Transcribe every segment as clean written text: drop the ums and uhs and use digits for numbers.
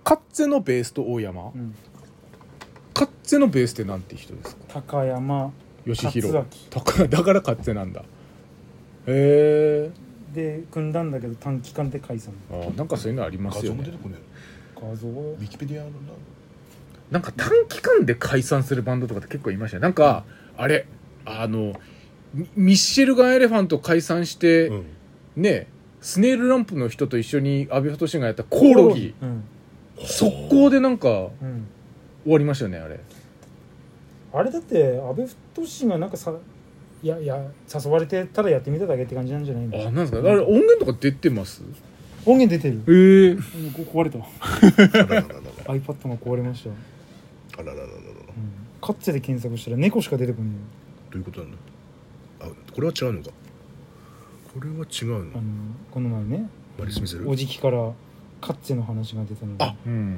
カッツェのベースと大山、 うん、 カッツェのベースってなんて人ですか？ 高山吉弘勝だからカッツェなんだ。へえ。 で組んだんだけど短期間で解散。 なんかそういうのありますよね。 画像も出てこね画像ウィキペディアのなんか短期間で解散するバンドとかって結構いましたね。なんかあれミッシェルガン・エレファント解散して、 うんねスネイルランプの人と一緒に阿部寛がやったコオロギ、 うん、 速攻でなんか終うん、 わりましたよねあれ。 あれだって阿部寛がなんかいや誘われてただやってみただけって感じなんじゃないの？ なんですか、あれ音源とか出てます？ 音源出てる。 もう壊れた。 あらららら iPad が壊れました。 あらららららカッツェで検索したら猫しか出てこない。 どういうことなんだ。これは違うのか。これは違うの。 この前ねマリス・ミゼル。 おじきからカッツェの話が出たので、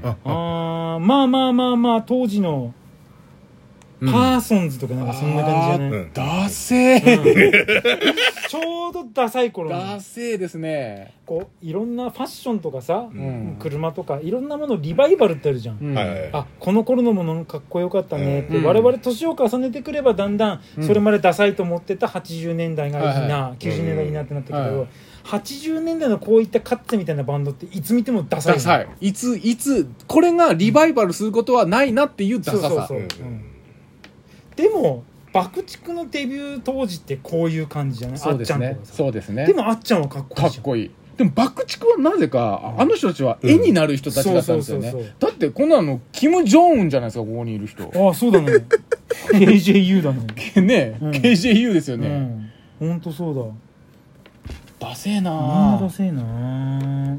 まあ当時のパーソンズとかなんかそんな感じじゃない？ ダセー、 ちょうどダサい頃ダセーですね。 こういろんなファッションとかさ、車とかいろんなものリバイバルってあるじゃん、この頃のものかっこよかったねって、我々年を重ねてくればだんだんそれまでダサいと思ってた80年代がいいな、90年代いいなってなったけど、80年代のこういったカッツェみたいなバンドっていつ見てもダサい、 ダサい、いつこれがリバイバルすることはないなっていうダサさ。 でも爆竹のデビュー当時ってこういう感じじゃない？ そうですね、そうですね。 でもあっちゃんはかっこいいじゃん。 かっこいい。でも爆竹はなぜか、あの人たちは絵になる人たちだったんですよね。だってこんなのキム・ジョンウンじゃないですか、ここにいる人。 ああそうだねKJU だねね、KJU ですよね。 ほんとそうだ。 ダセーなみんなダセーな。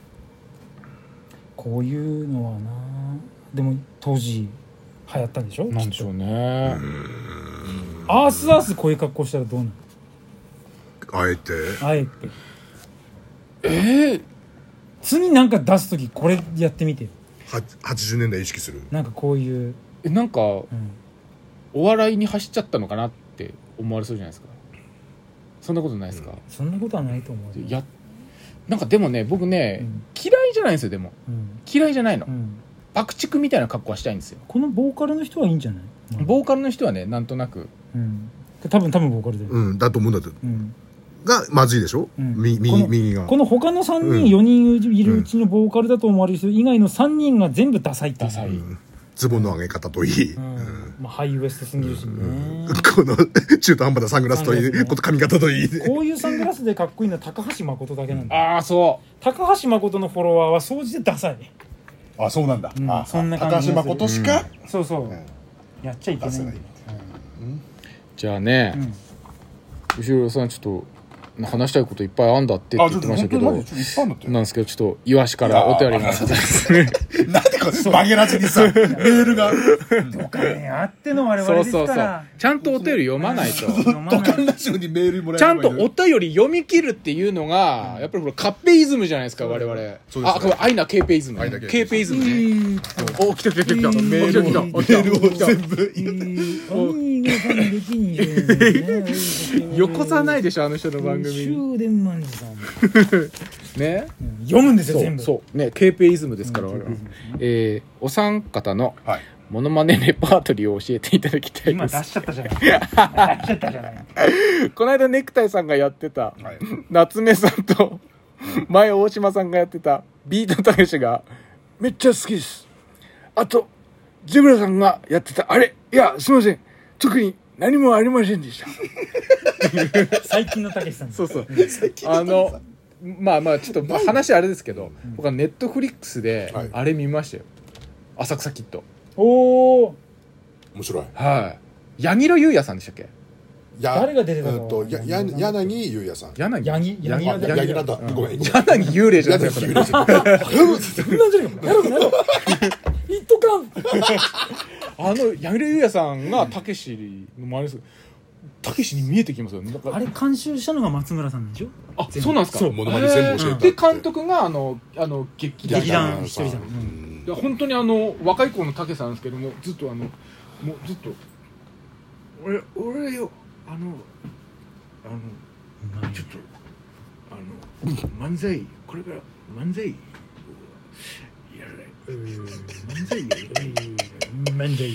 こういうのはな、でも当時流行ったんでしょ？ なんでしょうね。 アースこういう格好したらどうなる？ あえて次なんか出す時これやってみて。 80年代意識する。 なんかこういうなんか、お笑いに走っちゃったのかなって思われそうじゃないですか。そんなことないですか？ そんなことはないと思う。 なんかでもね、僕ね、嫌いじゃないんですよ。でも、嫌いじゃないの。爆竹みたいな格好はしたいんですよ。 このボーカルの人はいいんじゃない？ ボーカルの人はね、なんとなく、 多分ボーカルで、 だと思うんだけど、がまずいでしょ、右が。 この他の3人、4人いるうちのボーカルだと思われる人以外の3人が全部ダサいっていう。 ズボンの上げ方といい、 ハイウエストすぎるしね、 この中途半端なサングラスといい、髪型といい、 こういうサングラスでかっこいいのは高橋誠だけなんだ。 そう高橋誠のフォロワーは総じてダサい。 そうなんだ、 そんな感じ。 高橋誠しか、 そう、やっちゃいけないんだよ。 じゃあね、後ろさんちょっと話したいこといっぱいあんだって言ってましたけど、なんですけど、ちょっとイワシからお便りがなんでこれ曲げらずにさメールがお金あっての我々ですから、 ちゃんとお便り読まないと、 ドカンラジオにメールもらえちゃんとお便り読み切るっていうのがやっぱりこれカッペイズムじゃないですか、我々。これアイナケーペイズム、ケーペイズムね。お、来たメールを全部よこさないでしょ、あの人の番組。 終電マンジさんね、 読むんですよ全部。 そうね、ケーペイズムですから。お三方のモノマネレパートリーを教えていただきたいです。 今出しちゃったじゃないこの間ネクタイさんがやってた夏目さんと前大島さんがやってたビートたけしがめっちゃ好きです。あとゼブラさんがやってたあれ、いやすいません、特に何もありませんでした最近のたけしさん。 そうまあちょっと話あれですけど、僕はネットフリックスであれ見ましたよ、浅草キッド。 面白い。 柳楽優弥さんでしたっけ？ 誰が出てたの？ 柳優弥さん。 柳だ。ごめん。 柳幽霊じゃないですか。 そんなんじゃねえか。やろ一斗缶。 柳楽優弥さんがたけしの周りです。たけしに見えてきますよね。 あれ監修したのが松村さんなんでしょ？ そうなんですか。 モノマネ全部教えた。 で監督が劇団一人さん。 本当に若い頃のたけしさんですけども、ずっともうずっと俺よちょっと漫才これから漫才やらない漫才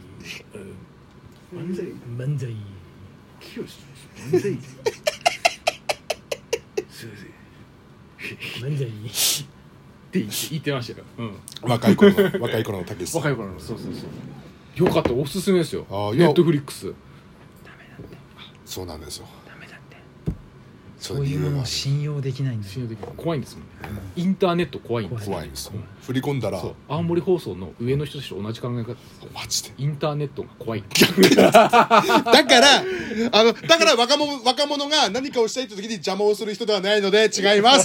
って言ってましたよ、 若い頃のたけしさん。 若い頃のそうよかった、おすすめですよ。ネットフリックス。 そうなんですよ。 そういうものを信用できないんだ。 怖いんですもんね。インターネット怖いんです。 怖いんです。振り込んだら青森放送の上の人たちと同じ考え方。 マジでインターネットが怖い。 だから若者が何かをしたいときに邪魔をする人ではないので違います。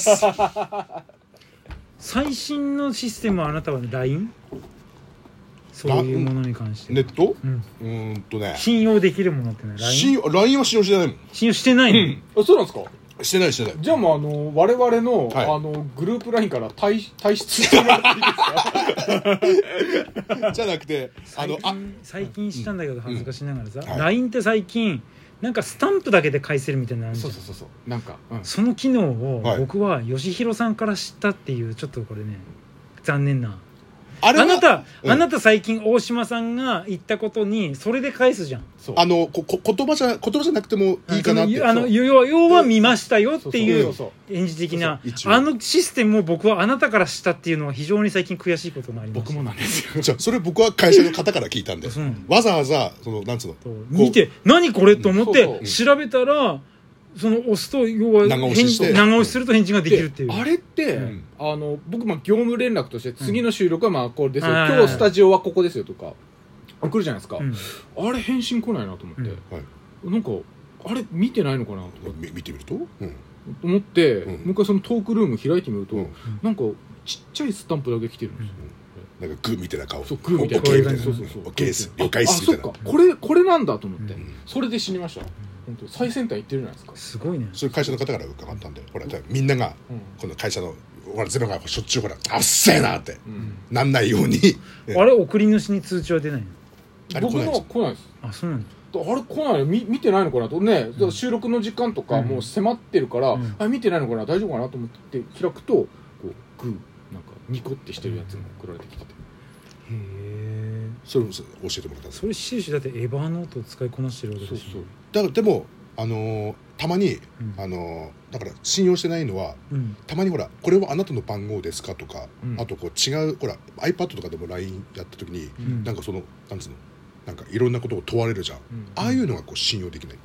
最新のシステムはあなたは LINE？ そういうものに関してネット？ ね、信用できるものってね、 LINE は信用してないもん。 信用してないの？ そうなんですか？ してない。じゃあもう我々の、グループ LINE から退出してもらっていいですか？ じゃなくて最近したんだけど恥ずかしながらさ、LINE って最近なんかスタンプだけで返せるみたいなのあるじゃん。 そうなんか、 その機能を僕は吉弘さんから知ったっていう、ちょっとこれね残念な。あなた最近大島さんが言ったことにそれで返すじゃん。 言葉じゃなくてもいいかなって。 要は見ましたよっていう演じ的なシステムを僕はあなたから知ったっていうのは非常に最近悔しいことになりました。 僕もなんですよ。 じゃそれ僕は会社の方から聞いたんで、わざわざなんつうの見て何これと思って調べたら、その押すと要は長押しすると返事ができるっていう。 あれって、僕業務連絡として次の収録はこれですよ、今日スタジオはここですよとか来るじゃないですか、あれ返信来ないなと思って、なんかあれ見てないのかなと思って見てみると、 思って、もう一回そのトークルーム開いてみると、なんかちっちゃいスタンプだけ来てるんですよ、 なんかグーみたいな顔。 そう、グーみたいな顔。オッケーです。了解です。 そっか。これなんだと思って。それで知りました。本当最先端行ってるじゃないですか。 すごいね。 そういう会社の方から伺ったんで、ほらみんながこの会社のゼロがしょっちゅうほらあっせーなってなんないように。 あれ送り主に通知は出ないの？僕のは来ないです。 あ、そうなんだ。 あれ来ないの見てないのかなとね、収録の時間とかもう迫ってるから、あ見てないのかな大丈夫かなと思って開くとこうグーなんかニコってしてるやつが送られてきてて。 へえ。 それも教えてもらったんです。 それシュだってエヴァーノートを使いこなしてるわけですよ。 だからでもたまにだから信用してないのは、たまにほらこれはあなたの番号ですかとか、あとこう違うほら iPad とかでも LINE やった時に、なんかそのなんつうのなんかいろんなことを問われるじゃん、ああいうのがこう信用できない。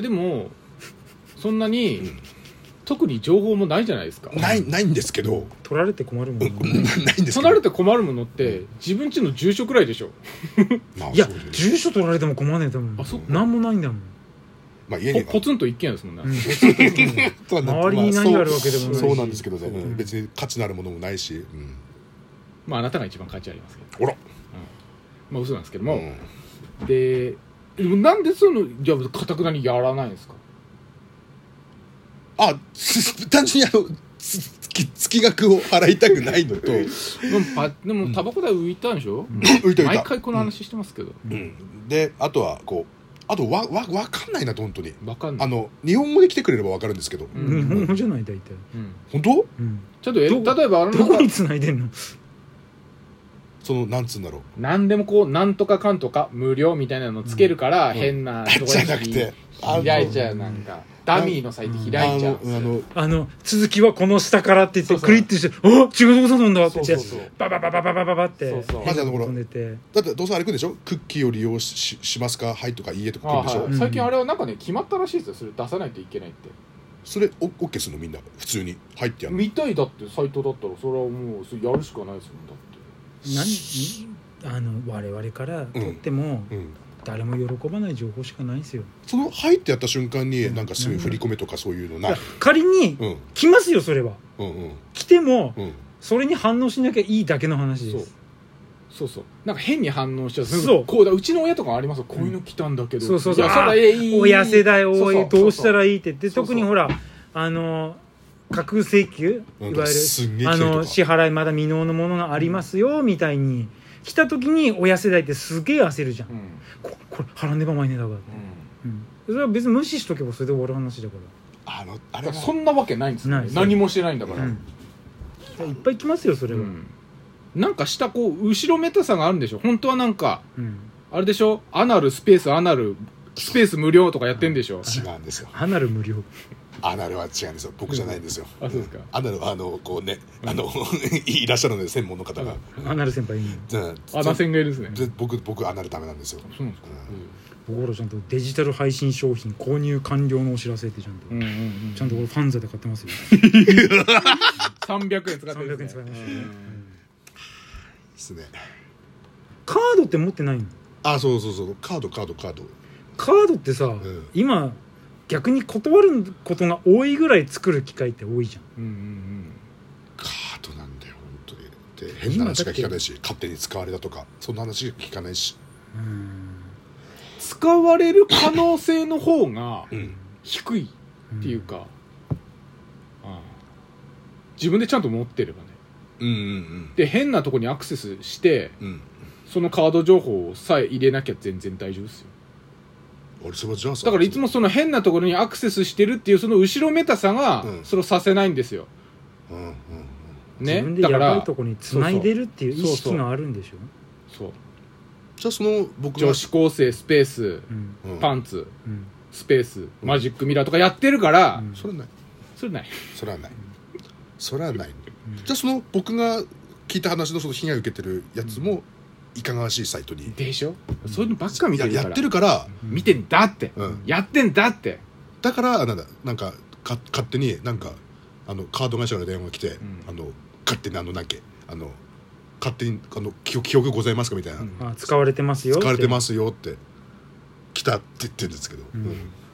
でもそんなに、特に情報もないじゃないですか。 ないんですけど、 取られて困るものないんですけど、 取られて困るものって自分家の住所くらいでしょ。 いや住所取られても困んねえと思う。なんもないんだもん。 まあ家にポツンと一軒家ですもんね。 周りに何があるわけでもないし。 そうなんですけどね、別に価値のあるものもないし、 まああなたが一番価値ありますけど。 ほら、 まあ嘘なんですけども、でなんでそのじゃあかたくなにやらないんですか。 単純に月額を払いたくないのとでもタバコ代浮いたんでしょ。 浮いた毎回この話してますけど、 であとはこうあとわかんないなと本当にわかんない。 日本語で来てくれればわかるんですけど、 日本語じゃない大体。 本当？ ちょっと例えばどこに繋いでんの？ そのなんつうんだろう、 何でもこうなんとかかんとか無料みたいなのつけるから変なとこじゃなくて開いちゃう、なんかダミーのサイト開いちゃう、 続きはこの下からって言ってクリッてして、あ違うとこなんだって言ってババババババババってまず飛んでて、だってどうせあれくんでしょ、クッキーを利用 しますかはいとかいいえとか来るんでしょ。 最近あれはなんかね決まったらしいですよ、それ出さないといけないって。 それ OK するのみんな普通に入ってやる見たい。だってサイトだったらそれはもうそれやるしかないですもん。だって我々からとっても、誰も喜ばない情報しかないんですよ。 その入ってやった瞬間になんかすぐ振り込めとかそういうのない。 仮に来ますよそれは、来ても、それに反応しなきゃいいだけの話です。 そうなんか変に反応しちゃう。そうこううちの親とかありますよ、こういうの来たんだけど、 そう親世代どうしたらいいって言って、特にほら架空請求、いわゆる支払いまだ未納のものがありますよみたいに来た時に親世代ってすげえ焦るじゃん、これ払んねばまいねえだからって、それは別に無視しとけばそれで終わる話だから、 あれそんなわけないんですよ、何もしてないんだから、 いっぱい来ますよそれは、 なんか下こう後ろめたさがあるんでしょ。本当はなんか、あれでしょ、アナルスペースアナルスペース無料とかやってんでしょ。 違うんですよ。 アナル無料。 アナルは違うんですよ。僕じゃないんですよ。 あ、そうですか。 アナルはこうね、いらっしゃるので専門の方が。 アナル先輩いいの。アナ先がいるんですね。 僕アナルダメなんですよ。そうなんですか。 僕らちゃんとデジタル配信商品購入完了のお知らせってちゃんと、ちゃんとこれファンザで買ってますよ。 300円使ってる、 300円使いましたね。 ですね。 カードって持ってないの？ あ、そうカード。 カードってさ、今逆に断ることが多いぐらい作る機会って多いじゃん。 カードなんだよ本当に。で変な話が聞かないし、勝手に使われたとかそんな話が聞かないし。 使われる可能性の方が低いっていうか、自分でちゃんと持ってればね。で変なとこにアクセスして、そのカード情報さえ入れなきゃ全然大丈夫ですよ。だからいつもその変なところにアクセスしてるっていうその後ろめたさがそれをさせないんですよ。 自分でやばいとこに繋いでるっていう意識があるんでしょ。そう。 じゃあその僕女子高生スペース、パンツ、スペース、マジックミラーとかやってるから、 それはない。 それはない。じゃあその僕が聞いた話のその被害を受けてるやつもいかがわしいサイトにでしょ。そういうのばっか見てるからやってるから見てんだって、やってんだって。 だからなんか勝手になんかカード会社から電話が来て、勝手に勝手に記憶ございますかみたいな、 使われてますよって来たって言ってるんですけど、